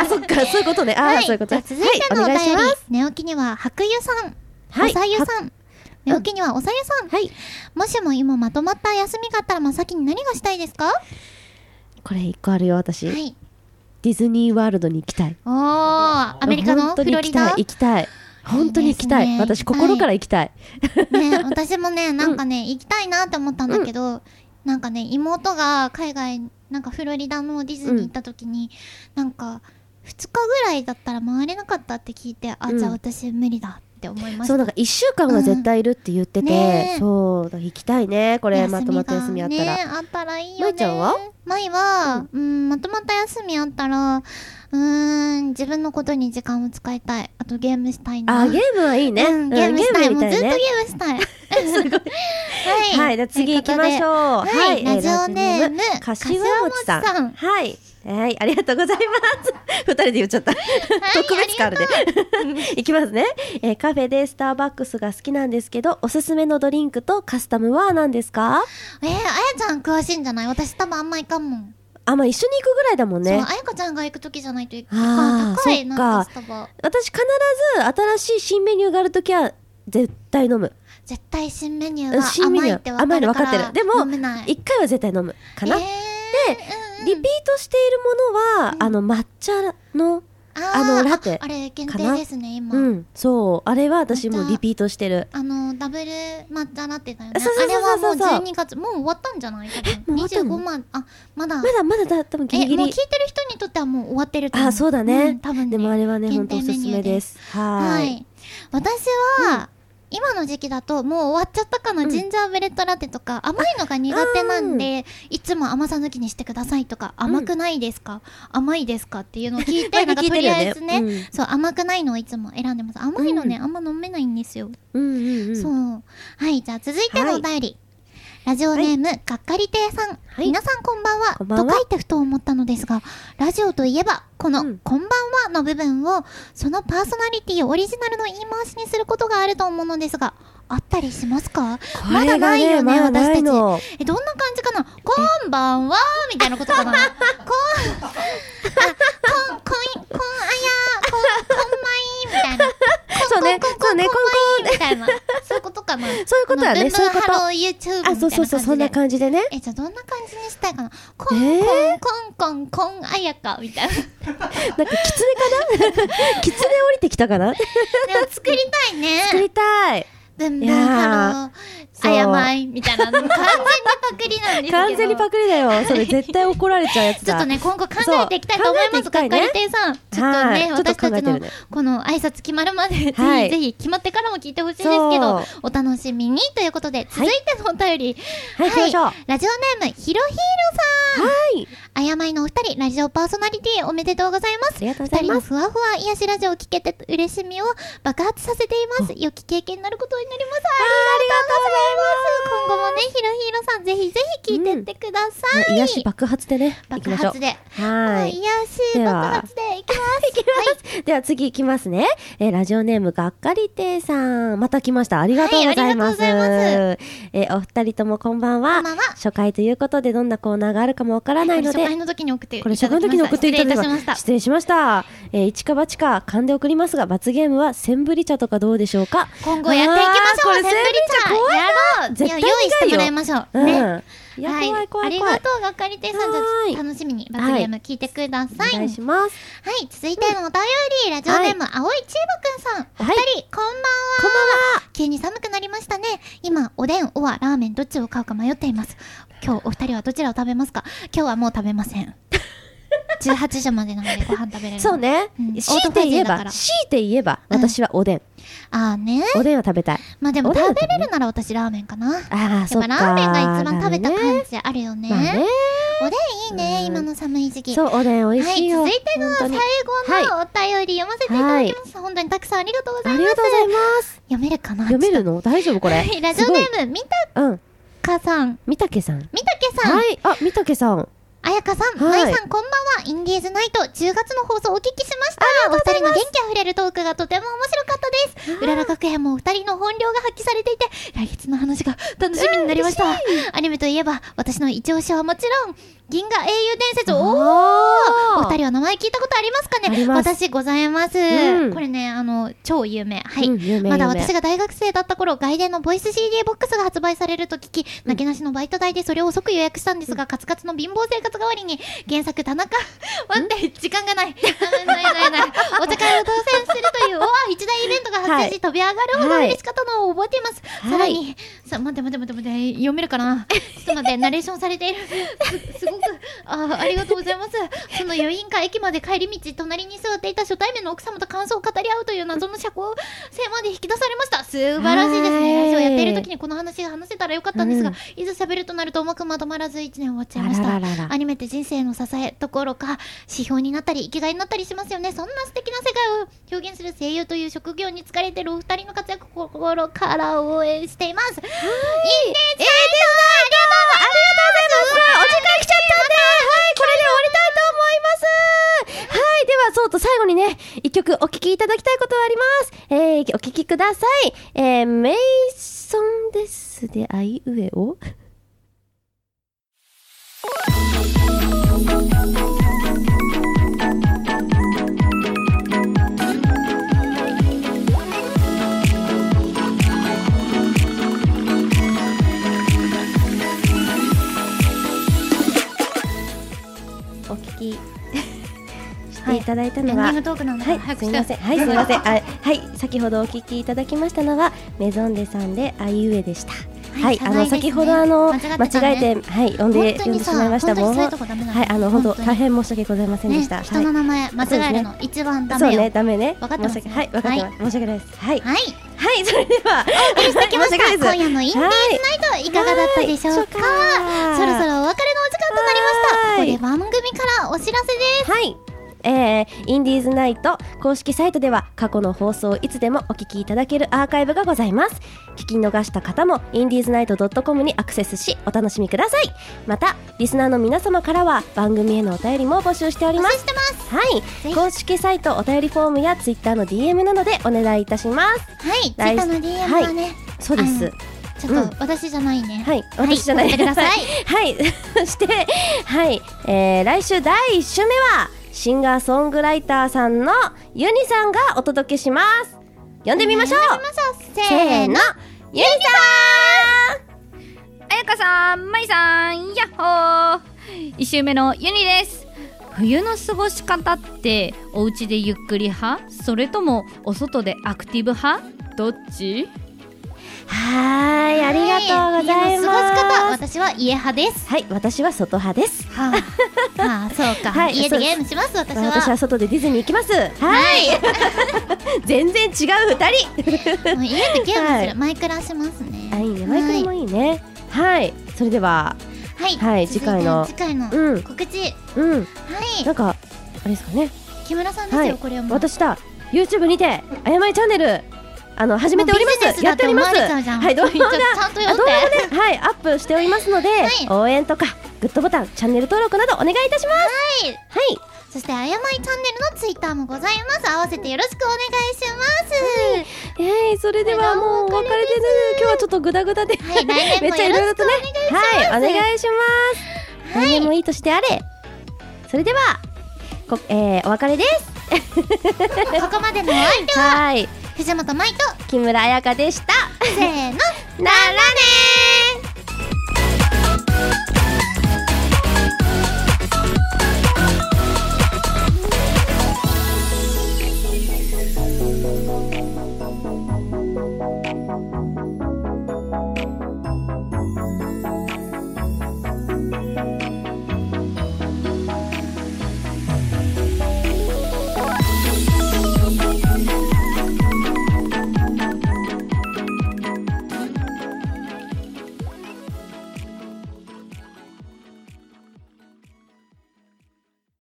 そっか、そういうことね。そういうこと。 続いてのお便り、寝起きには白湯さん、おさゆさん。寝起きにはおさゆさん。もしも今まとまった休みがあったら真っ先に何がしたいですか？ これ一個あるよ、私。ディズニーワールドに行きたい。 アメリカのフロリダ？ 行きたい。本当に行きたい。私心から行きたい。 ね、私もね、なんかね、行きたいなって思ったんだけど、なんかね、妹が海外、なんかフロリダのディズニー行った時に、なんか2日ぐらいだったら回れなかったって聞いて、じゃあ私無理だって思いました。 そう、なんか1週間は絶対いるって言ってて、そう、行きたいね。これまとまった休みあったら。 あったらいいよね。 まいちゃんは？ まいは、まとまった休みあったら、自分のことに時間を使いたい。あとゲームしたいな。 ゲームはいいね。 ゲームしたい。もうずっとゲームしたい。 すごい。はい、じゃあ次行きましょう。 はい、ラジオネーム、 柏餅さん。はい。はい、ありがとうございます。二人で言っちゃった。特別カールで。いきますね。カフェでスターバックスが好きなんですけど、おすすめのドリンクとカスタムは何ですか？ あやちゃん詳しいんじゃない？私多分あんまいかんもん。 一緒に行くぐらいだもんね。 そう、あやかちゃんが行くときじゃないといけない。高い、なんかスタバ。 私必ず新しい新メニューがあるときは絶対飲む。 絶対新メニューは甘いって分かるから。 でも、一回は絶対飲むかな。で、リピートしているものは、抹茶の、ラテ。 あれ限定ですね、今。 そう。あれは私もリピートしてる。 ダブル抹茶ラテだよね。あれはもう12月、もう終わったんじゃない？多分。25万、まだ多分ギリギリ。 もう聞いてる人にとってはもう終わってると思う。 そうだね。 多分ね。 でもあれはね、本当おすすめです。はい。 私は、今の時期だともう終わっちゃったかな、ジンジャーブレッドラテとか甘いのが苦手なんで、いつも甘さ抜きにしてくださいとか、甘くないですか、甘いですかっていうのを聞いて、なんかとりあえずね、そう甘くないのをいつも選んでます。甘いのね、あんま飲めないんですよ。そう。はい、じゃあ続いてのお便り。ラジオネーム、がっかり亭さん。皆さんこんばんは。と書いてふと思ったのですが、ラジオといえば、この、こんばんはの部分を、そのパーソナリティオリジナルの言い回しにすることがあると思うのですが、あったりしますか？まだないよね、私たち。どんな感じかな？こんばんはみたいなことかな？こんあや、こんまいみたいな。 そうね、 みたいな。そういうことかな。 そういうことだね、そういうこと。 ハロー YouTube みたいな感じで。 そう、そんな感じでね。 じゃあどんな感じにしたいかな。こんあやかみたいな。 なんかキツネかな？キツネ降りてきたかな？ でも作りたいね。 作りたい。 ブンブンハロー、あやまいみたいな、完全にパクリなんですけど。 完全にパクリだよ。それ絶対怒られちゃうやつだ。 ちょっとね、今後考えていきたいと思います。がっかり亭さん。ちょっとね、私たちのこの挨拶決まるまで、ぜひぜひ決まってからも聞いてほしいですけど、お楽しみにということで、続いてのお便り。 はい、行きましょう。 ラジオネーム、ひろひろさん。はい。あやまいのお二人、ラジオパーソナリティおめでとうございます。 ありがとうございます。 二人のふわふわ癒しラジオを聞けて嬉しみを爆発させています。良き経験になることになります。ありがとうございます。今後もね、ひろひろさん、ぜひぜひ聞いてってください。 癒し爆発でね。 爆発で。 はい。 癒し爆発でいきます。 では次いきますね。ラジオネームがっかり亭さん。また来ました。ありがとうございます。お二人ともこんばんは。初回ということでどんなコーナーがあるかもわからないので。 初回の時に送っていただきました。 これ初回の時に送っていただきました。失礼しました。一か八か勘で送りますが、罰ゲームはセンブリ茶とかどうでしょうか。 今後やっていきましょう。センブリ茶やろう。 絶対用意してもらいましょう。ね。 いや、怖い怖い。 ありがとう、がっかり亭さん。じゃ楽しみに罰ゲーム聞いてください。 お願いします。 はい、続いてのお便り、ラジオネーム、青いチーバくんさん。お二人、こんばんは。 こんばんは。 急に寒くなりましたね。今、おでん、おは、ラーメン、どっちを買うか迷っています。今日、お二人はどちらを食べますか？今日はもう食べません。18時までなのでご飯食べれる。 そうね。強いて言えば、私はおでん。 あーね。 おでんは食べたい。 まあでも食べれるなら私ラーメンかな。 ああ、そうか。 ラーメンが一番食べた感じあるよね。おでんいいね、今の寒い時期。 そう、おでん美味しいよ。 続いての最後のお便り読ませていただきます。本当にたくさんありがとうございます。 ありがとうございます。 読めるかな？ 読めるの？大丈夫これ。 ラジオネーム、みたかさん。 みたけさん。 はい。 あ、みたけさん。 あやかさん、まいさん、こんばんは。インディーズナイト10月の放送をお聞きしました。お二人の元気あふれるトークがとても面白かったです。うらら学園もお二人の本領が発揮されていて、来月の話が楽しみになりました。アニメといえば、私の一押しはもちろん、銀河英雄伝説。お二人は名前聞いたことありますかね？私ございます。これね、超有名。はい。まだ私が大学生だった頃、外伝のボイス CD ボックスが発売されると聞き、なけなしのバイト代でそれを即予約したんですが、カツカツの貧乏生活代わりに、原作田中、待って、時間がない。ない。お茶会を当選するという、一大イベントが発生し、飛び上がるほど嬉しかったのを覚えています。さらに、待って、読めるかな？ちょっと待って、ナレーションされている。すごく、ありがとうございます。その余韻か駅まで帰り道、隣に座っていた初対面の奥様と感想を語り合うという謎の社交性まで引き出されました。素晴らしいですね。ラジオやっている時にこの話が話せたらよかったんですが、いざ喋るとなるとうまくまとまらず1年終わっちゃいました。アニメって人生の支えどころか指標になったり生きがいになったりしますよね。そんな素敵な世界を表現する声優という職業に疲れているお二人の活躍、心から応援しています。いいです。ありがとうございます。 お時間来ちゃったんで、これで終わりたいと思います。ではそうと最後にね、一曲お聴きいただきたいことがあります。お聴きください。メイソンですであいうえお。お聞きしていただいたのは、 エンディングトークなんだ。 すみません。すみません。先ほどお聞きいただきましたのはメゾンデさんであいうえでした。先ほど間違えて読んでしまいました。もう本当大変申し訳ございませんでした。 人の名前間違えるの一番ダメよ。 そうね、ダメね。 分かってます。 申し訳ないです。それではお送りしてきました。今夜のインディーズナイトいかがだったでしょうか。そろそろお別れのお時間となりました。ここで番組からお知らせです。 インディーズナイト公式サイトでは過去の放送をいつでもお聞きいただけるアーカイブがございます。聞き逃した方もインディーズナイト .com にアクセスしお楽しみください。またリスナーの皆様からは番組へのお便りも募集しております。公式サイトお便りフォームやツイッターの DM などでお願いいたします。 ツイッターの DM はね、 そうです。 ちょっと私じゃないね。 私じゃない。 ください。 そして来週第1週目はシンガーソングライターさんのユニさんがお届けします。呼んでみましょう。せーの、ユニさん。あやかさん、まいさん、やっほー。1週目のユニです。冬の過ごし方ってお家でゆっくり派、それともお外でアクティブ派、どっち？ はい、ありがとうございます。 家の過ごし方、私は家派です。 はい、私は外派です。 はあ、そうか、はい、家でゲームします。私は外でディズニー行きます。はい全然違う2人もう家でゲームする、マイクラしますね。 あ、いいね、マイクラもいいね。はい、それでははい、次回の告知。はい、 なんかあれですかね、 木村さんですよ、これはもう私だ。 YouTube にてあやまいチャンネル始めております。やっております。はい、動画もね、はい、アップしておりますので、応援とかグッドボタン、チャンネル登録などお願いいたします。はい、 そしてあやまいチャンネルのツイッターもございます。合わせてよろしくお願いします。 それではもうお別れです。今日はちょっとグダグダでめっちゃいろいろとね、はい、お願いします。来年もいいとしてあれ。それではお別れです。 ここまでのお相手は藤本舞と木村彩香でした。 せーの、 ならねー。